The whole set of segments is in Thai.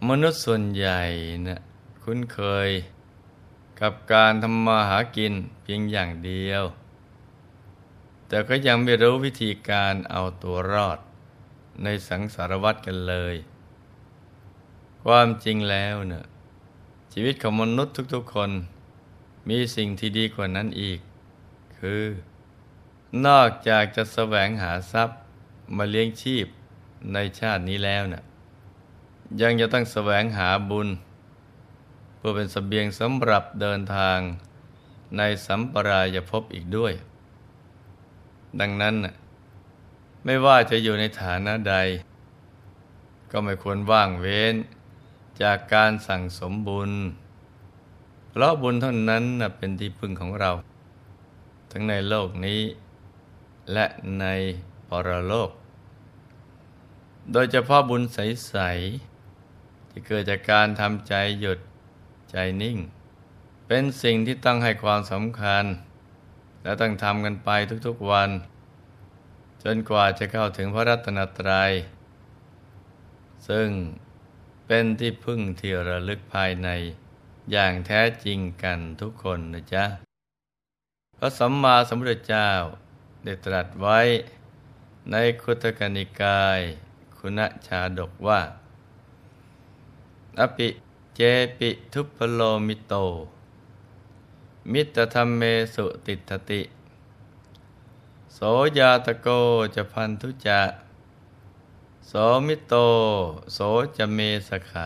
มนุษย์ส่วนใหญ่นะคุ้นเคยกับการทำมาหากินเพียงอย่างเดียวแต่ก็ยังไม่รู้วิธีการเอาตัวรอดในสังสารวัฏกันเลยความจริงแล้วเนี่ยชีวิตของมนุษย์ทุกๆคนมีสิ่งที่ดีกว่านั้นอีกคือนอกจากจะแสวงหาทรัพย์มาเลี้ยงชีพในชาตินี้แล้วเนี่ยยังจะต้องแสวงหาบุญเพื่อเป็นเสบียงสำหรับเดินทางในสัมปรายภพอีกด้วยดังนั้นไม่ว่าจะอยู่ในฐานะใดก็ไม่ควรว่างเว้นจากการสั่งสมบุญเพราะบุญเท่านั้นเป็นที่พึ่งของเราทั้งในโลกนี้และในปรโลกโดยเฉพาะบุญใสๆที่เกิดจากการทำใจหยุดใจนิ่งเป็นสิ่งที่ต้องให้ความสำคัญและต้องทำกันไปทุกๆวันจนกว่าจะเข้าถึงพระรัตนตรัยซึ่งเป็นที่พึ่งที่ระลึกภายในอย่างแท้จริงกันทุกคนนะจ๊ะพระสัมมาสัมพุทธเจ้าได้ตรัสไว้ในคุตตกนิกายคุณชาดกว่าอปิเจปิทุพพโลมิโตมิตรธรรมเมสุติฏฐติโสยาตโกจะพันธุจะโสมิโตโสจะเมสขา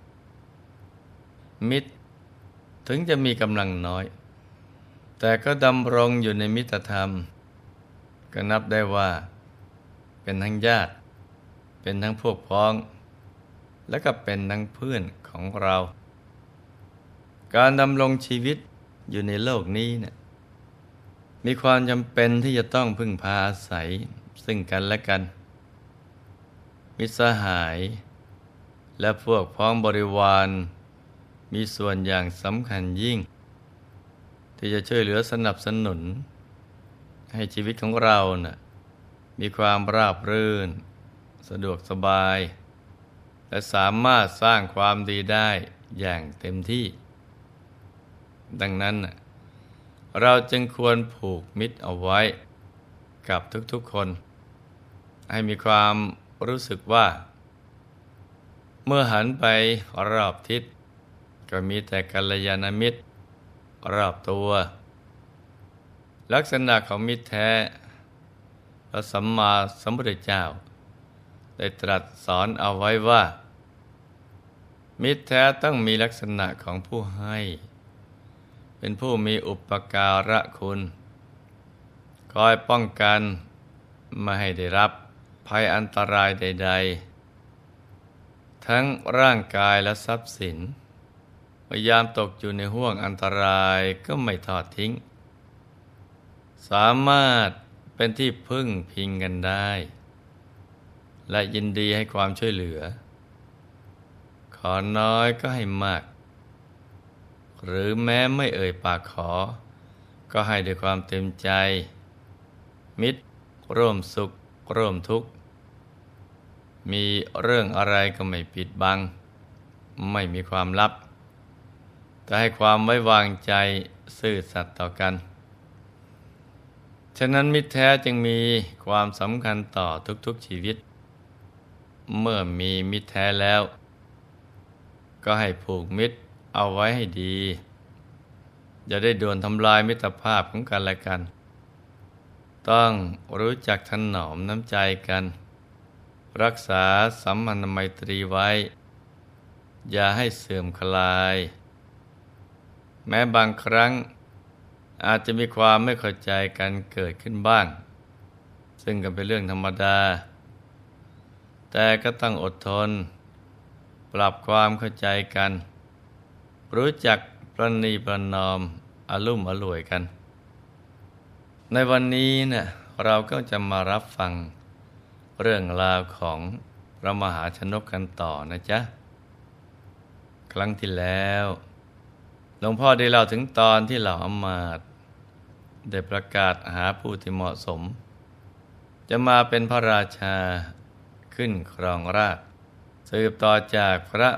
มิตรถึงจะมีกำลังน้อยแต่ก็ดำรงอยู่ในมิตรธรรมก็นับได้ว่าเป็นทั้งญาติเป็นทั้งพวกพ้องและก็เป็นทั้งเพื่อนของเราการดำรงชีวิตอยู่ในโลกนี้เนี่ยมีความจำเป็นที่จะต้องพึ่งพาอาศัยซึ่งกันและกันมิตรสหายและพวกพ้องบริวารมีส่วนอย่างสำคัญยิ่งที่จะช่วยเหลือสนับสนุนให้ชีวิตของเราน่ะมีความราบรื่นสะดวกสบายและสามารถสร้างความดีได้อย่างเต็มที่ดังนั้นเราจึงควรผูกมิตรเอาไว้กับทุกๆคนให้มีความรู้สึกว่าเมื่อหันไปรอบทิศก็มีแต่กัลยาณมิตรรอบตัวลักษณะของมิตรแท้พระสัมมาสัมพุทธเจ้าได้ตรัสสอนเอาไว้ว่ามิตรแท้ต้องมีลักษณะของผู้ให้เป็นผู้มีอุปการะคุณคอยป้องกันไม่ให้ได้รับภัยอันตรายใดๆทั้งร่างกายและทรัพย์สินพยายามตกอยู่ในห้วงอันตรายก็ไม่ทอดทิ้งสามารถเป็นที่พึ่งพิงกันได้และยินดีให้ความช่วยเหลือขอน้อยก็ให้มากหรือแม้ไม่เอ่ยปากขอก็ให้ด้วยความเต็มใจมิตรร่วมสุขร่วมทุกข์มีเรื่องอะไรก็ไม่ปิดบังไม่มีความลับแต่ให้ความไว้วางใจซื่อสัตย์ต่อกันฉะนั้นมิตรแท้จึงมีความสำคัญต่อทุกๆชีวิตเมื่อมีมิตรแท้แล้วก็ให้ผูกมิตรเอาไว้ให้ดีอย่าได้ด่วนทำลายมิตรภาพของกันและกันต้องรู้จักถนอมน้ำใจกันรักษาสัมพันธไมตรีไว้อย่าให้เสื่อมคลายแม้บางครั้งอาจจะมีความไม่เข้าใจกันเกิดขึ้นบ้างซึ่งก็เป็นเรื่องธรรมดาแต่ก็ต้องอดทนปรับความเข้าใจกันรู้จักประนีประนอมอลุ่มอล่วยกันในวันนี้เนี่ยเราก็จะมารับฟังเรื่องราวของพระมหาชนกกันต่อนะจ๊ะครั้งที่แล้วหลวงพ่อได้เล่าถึงตอนที่เหล่าอำมาตย์ได้ประกาศหาผู้ที่เหมาะสมจะมาเป็นพระราชาขึ้นครองราชย์สืบต่อจากพระ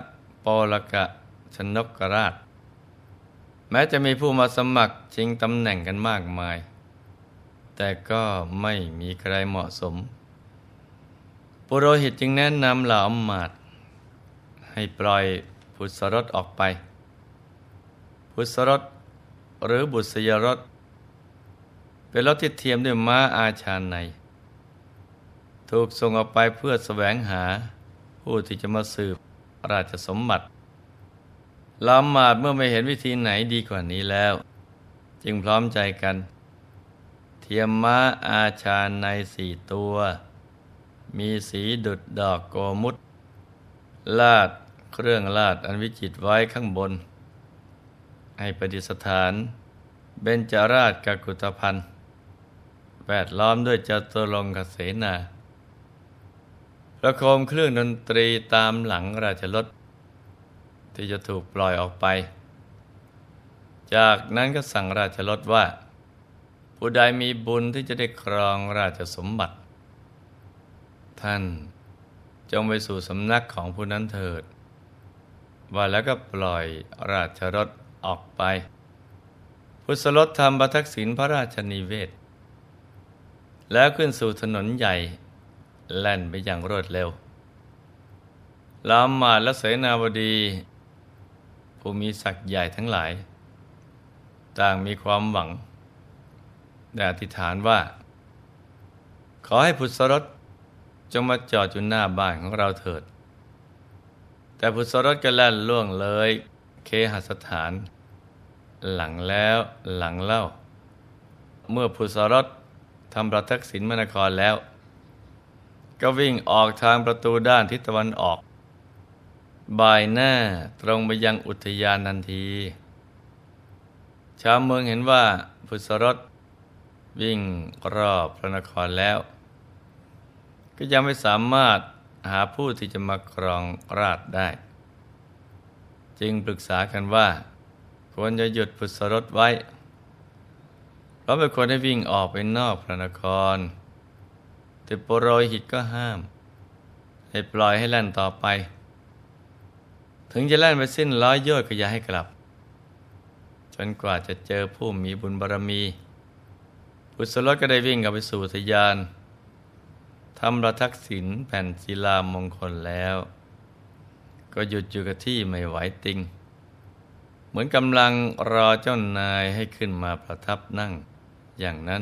ลกะชนกราชแม้จะมีผู้มาสมัครชิงตำแหน่งกันมากมายแต่ก็ไม่มีใครเหมาะสมปุโรหิตจึงแนะนำเหล่าอำมาตย์ให้ปล่อยพุทธรสออกไปพุทธรสหรือบุษยรสเป็นรถที่เทียมด้วยม้าอาชาไนยถูกส่งออกไปเพื่อแสวงหาผู้ที่จะมาสืบราชสมบัติเหล่าอำมาตย์เมื่อไม่เห็นวิธีไหนดีกว่านี้แล้วจึงพร้อมใจกันเทียมม้าอาชาไนย4 ตัวมีสีดุจดอกโกมุตลาดเครื่องลาดอันวิจิตรไว้ข้างบนให้ประดิษฐานเบญจราชกกุฏภัณฑ์แวดล้อมด้วยจตุรงคเสนาประโคมเครื่องดนตรีตามหลังราชรถที่จะถูกปล่อยออกไปจากนั้นก็สั่งราชรถว่าผู้ใดมีบุญที่จะได้ครองราชสมบัติท่านจงไปสู่สำนักของผู้นั้นเถิดว่าแล้วก็ปล่อยราชรถออกไปพุทธรถทำประทักษิณพระราชนิเวศแล้วขึ้นสู่ถนนใหญ่แล่นไปอย่างรวดเร็วเหล่าอำมาตย์และเสนาบดีผู้มีศักดิ์ใหญ่ทั้งหลายต่างมีความหวังได้อธิษฐานว่าขอให้พุทธรถจงมาจอดอยู่หน้าบ้านของเราเถิดแต่พุทธรถก็แล่นล่วงเลยเคหสถานหลังแล้วหลังเล่าเมื่อพุทธรถทำประทักษิณมนครแล้วก็วิ่งออกทางประตูด้านทิศตะวันออกบ่ายหน้าตรงไปยังอุทยานทันทีชาวเมืองเห็นว่าพุทธรถวิ่งรอบพระนครแล้วก็ยังไม่สามารถหาผู้ที่จะมาครองราชย์ได้จึงปรึกษากันว่าควรจะหยุดพุทธรถไว้เพราะไม่ควรให้วิ่งออกไปนอกพระนครแต่ปุโรหิตก็ห้ามให้ปล่อยให้แล่นต่อไปถึงจะแล่นไปสิ้น100 โยชน์ก็อย่าให้กลับจนกว่าจะเจอผู้มีบุญบารมีพุทธรถก็ได้วิ่งกลับไปสู่อุทยานทำประทักษิณแผ่นศิลามงคลแล้วก็หยุดอยู่กับที่ไม่ไหวติงเหมือนกำลังรอเจ้านายให้ขึ้นมาประทับนั่งอย่างนั้น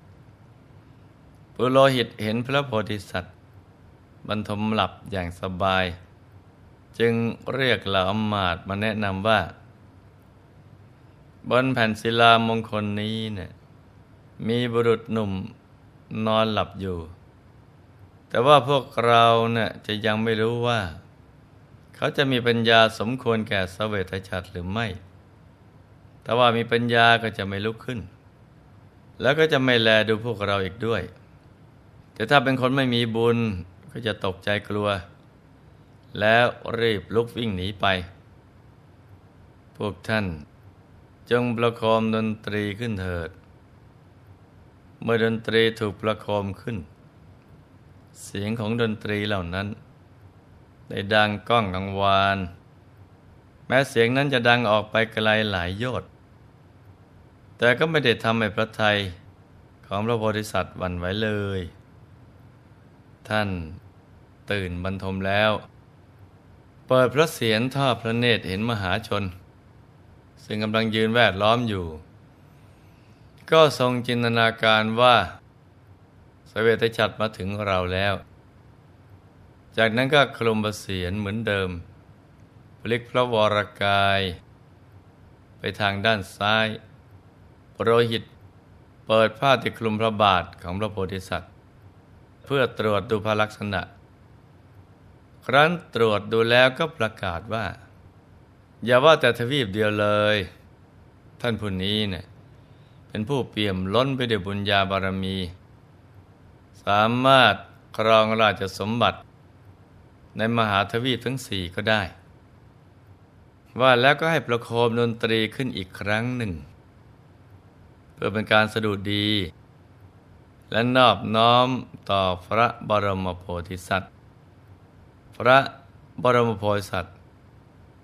ปุโรหิตเห็นพระโพธิสัตว์บรรทมหลับอย่างสบายจึงเรียกเหล่าอำมาตย์มาแนะนำว่าบนแผ่นศิลามงคลนี้เนี่ยมีบุรุษหนุ่มนอนหลับอยู่แต่ว่าพวกเราเนี่ยจะยังไม่รู้ว่าเขาจะมีปัญญาสมควรแก่เสวตฉัตรหรือไม่ถ้าว่ามีปัญญาก็จะไม่ลุกขึ้นแล้วก็จะไม่แลดูพวกเราอีกด้วยแต่ถ้าเป็นคนไม่มีบุญก็จะตกใจกลัวแล้วรีบลุกวิ่งหนีไปพวกท่านจงประโคมดนตรีขึ้นเถิดเมื่อดนตรีถูกประโคมขึ้นเสียงของดนตรีเหล่านั้นได้ดังก้องกังวานแม้เสียงนั้นจะดังออกไปไกลหลายโยชน์แต่ก็ไม่ได้ทำให้พระทัยของพระโพธิสัตว์หวั่นไหวเลยท่านตื่นบรรทมแล้วเปิดพระเศียรทอดพระเนตรเห็นมหาชนซึ่งกำลังยืนแวดล้อมอยู่ก็ทรงจินตนาการว่าเสวตฉัตรมาถึงเราแล้วจากนั้นก็คลุมพระเศียรเหมือนเดิมพลิกพระวรกายไปทางด้านซ้ายปุโรหิตเปิดผ้าที่คลุมพระบาทของพระโพธิสัตว์เพื่อตรวจดูพระลักษณะครั้นตรวจดูแล้วก็ประกาศว่าอย่าว่าแต่ทวีปเดียวเลยท่านผู้นี้เนี่ยเป็นผู้เปี่ยมล้นไปด้วยบุญญาบารมีสามารถครองราชสมบัติในมหาทวีปทั้ง4ก็ได้ว่าแล้วก็ให้ประโคมดนตรีขึ้นอีกครั้งหนึ่งเพื่อเป็นการสดุดีและนอบน้อมต่อพระบรมโพธิสัตว์พระบรมโพธิสัตว์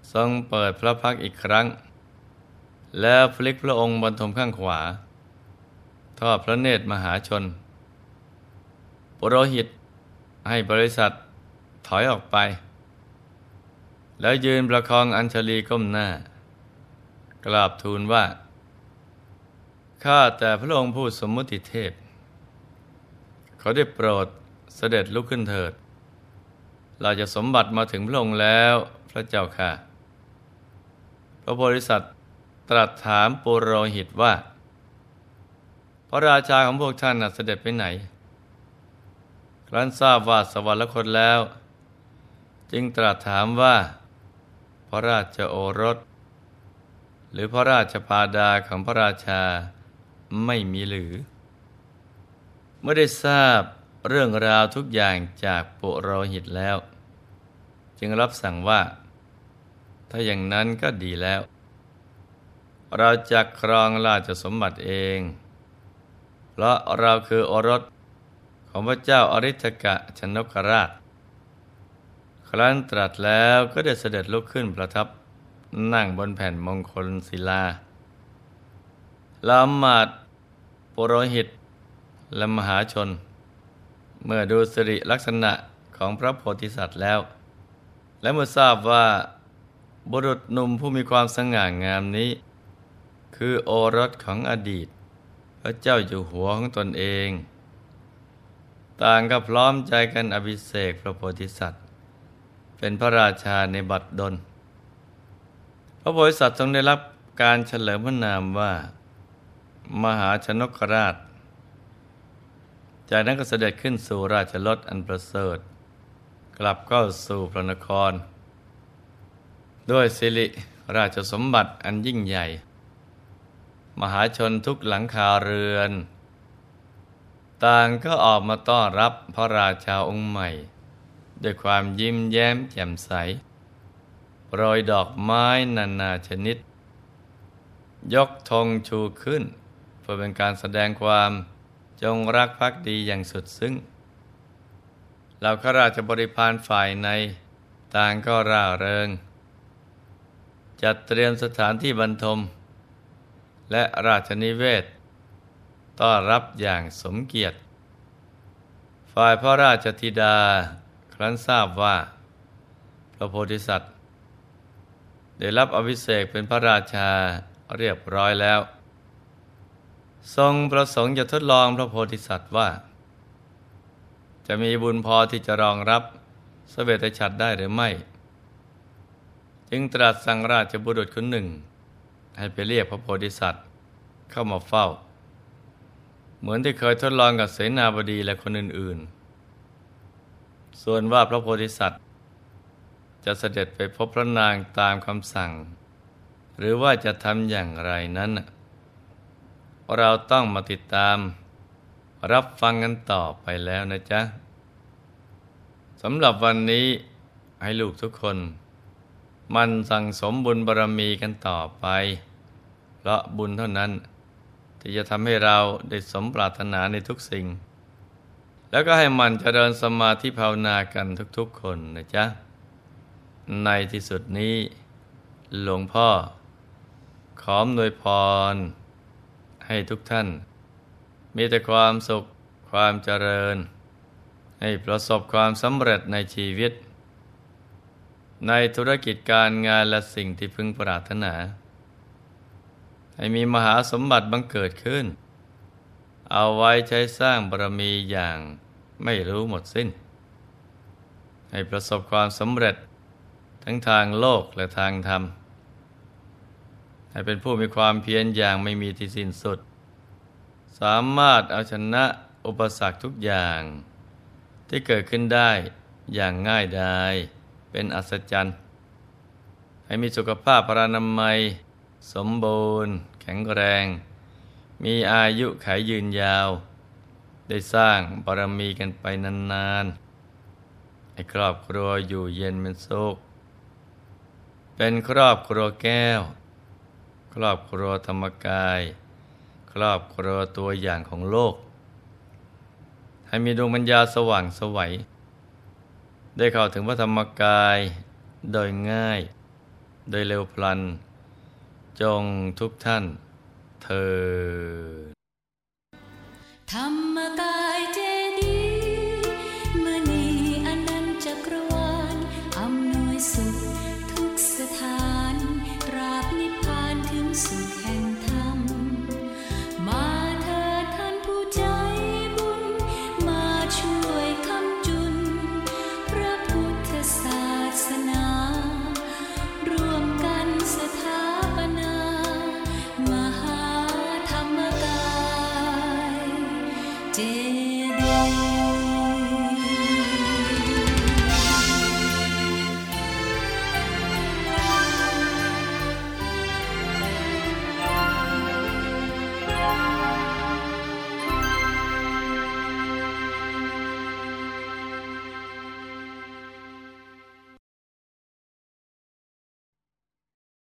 ทรงเปิดพระพักตร์อีกครั้งแล้วพลิกพระองค์บนทมข้างขวาทอดพระเนตรมหาชนปุโรหิตให้บริษัทถอยออกไปแล้วยืนประคองอัญชลีก้มหน้ากราบทูลว่าข้าแต่พระองค์ผู้สมมุติเทพขอได้โปรดเสด็จลุกขึ้นเถิดเราจะสมบัติมาถึงพระองค์แล้วพระเจ้าค่ะพระโพธิสัตว์ตรัสถามปุโรหิตว่าพระราชาของพวกท่านเสด็จไปไหนครั้นทราบว่าสวรรคตแล้วจึงตรัสถามว่าพระราชโอรสหรือพระราชพาดาของพระราชาไม่มีหรือเมื่อได้ทราบเรื่องราวทุกอย่างจากปุโรหิตแล้วจึงรับสั่งว่าถ้าอย่างนั้นก็ดีแล้วเราจะครองราชสมบัติเองเพราะเราคือโอรสของพระเจ้าอริธกะชนกราชครั้นตรัสแล้วก็ได้เสด็จลุกขึ้นประทับนั่งบนแผ่นมงคลศิลาลามาดปุโรหิตและมหาชนเมื่อดูสิริลักษณะของพระโพธิสัตว์แล้วและเมื่อทราบว่าบุรุษหนุ่มผู้มีความสง่างามนี้คือโอรสของอดีตพระเจ้าอยู่หัวของตนเองต่างก็พร้อมใจกันอภิเษกพระโพธิสัตว์เป็นพระราชาในบัดดลพระโพธิสัตว์ทรงได้รับการเฉลิมพระนามว่ามหาชนกราชจากนั้นก็เสด็จขึ้นสู่ราชรถอันประเสริฐกลับเข้าสู่พระนครด้วยสิริราชสมบัติอันยิ่งใหญ่มหาชนทุกหลังคาเรือนต่างก็ออกมาต้อนรับพระราชาองค์ใหม่ด้วยความยิ้มแย้มแจ่มใสโปรยดอกไม้นานาชนิดยกธงชูขึ้นเพื่อเป็นการแสดงความจงรักภักดีอย่างสุดซึ้งเหล่าข้าราชบริพารฝ่ายในต่างก็ร่าเริงจัดเตรียมสถานที่บรรทมและราชนิเวศต้อนรับอย่างสมเกียรติฝ่ายพระราชธิดาครั้นทราบว่าพระโพธิสัตว์ได้รับอภิเษกเป็นพระราชาเรียบร้อยแล้วทรงประสงค์จะทดลองพระโพธิสัตว์ว่าจะมีบุญพอที่จะรองรับเสวตฉัตรได้หรือไม่จึงตรัสสั่งราชบุรุษคนหนึ่งให้ไปเรียกพระโพธิสัตว์เข้ามาเฝ้าเหมือนที่เคยทดลองกับเสนาบดีและคนอื่นๆส่วนว่าพระโพธิสัตว์จะเสด็จไปพบพระนางตามคำสั่งหรือว่าจะทำอย่างไรนั้นเราต้องมาติดตามรับฟังกันต่อไปแล้วนะจ๊ะสำหรับวันนี้ให้ลูกทุกคนมันสั่งสมบุญบารมีกันต่อไปเพราะบุญเท่านั้นที่จะทำให้เราได้สมปรารถนาในทุกสิ่งแล้วก็ให้มันเจริญสมาธิภาวนากันทุกๆคนนะจ๊ะในที่สุดนี้หลวงพ่อขออำนวยพรให้ทุกท่านมีแต่ความสุขความเจริญให้ประสบความสำเร็จในชีวิตในธุรกิจการงานและสิ่งที่พึงปรารถนาให้มีมหาสมบัติบังเกิดขึ้นเอาไว้ใช้สร้างบารมีอย่างไม่รู้หมดสิ้นให้ประสบความสำเร็จทั้งทางโลกและทางธรรมให้เป็นผู้มีความเพียรอย่างไม่มีที่สิ้นสุดสามารถเอาชนะอุปสรรคทุกอย่างที่เกิดขึ้นได้อย่างง่ายดายเป็นอัศจรรย์ให้มีสุขภาพพรรณนามัยสมบูรณ์แข็งแรงมีอายุขัยยืนยาวได้สร้างบารมีกันไปนานๆให้ครอบครัวอยู่เย็นเป็นสุขเป็นครอบครัวแก้วครอบครัวธรรมกายครอบครัวตัวอย่างของโลกให้มีดวงปัญญาสว่างไสว ได้เข้าถึงพระธรรมกายโดยง่ายโดยเร็วพลันจงทุกท่านเถิดธรรมกายเจดีย์มณีอนันต์จักรวาลอำนวยสุขทุกสถานตราบนิพพานถึงสุขแห่งธรรมมาเถิดท่านผู้ใจบุญมาช่วยคำจุนพระพุทธศาสนาร่วมกันสถาปนามหาธรรมกายเจดีย์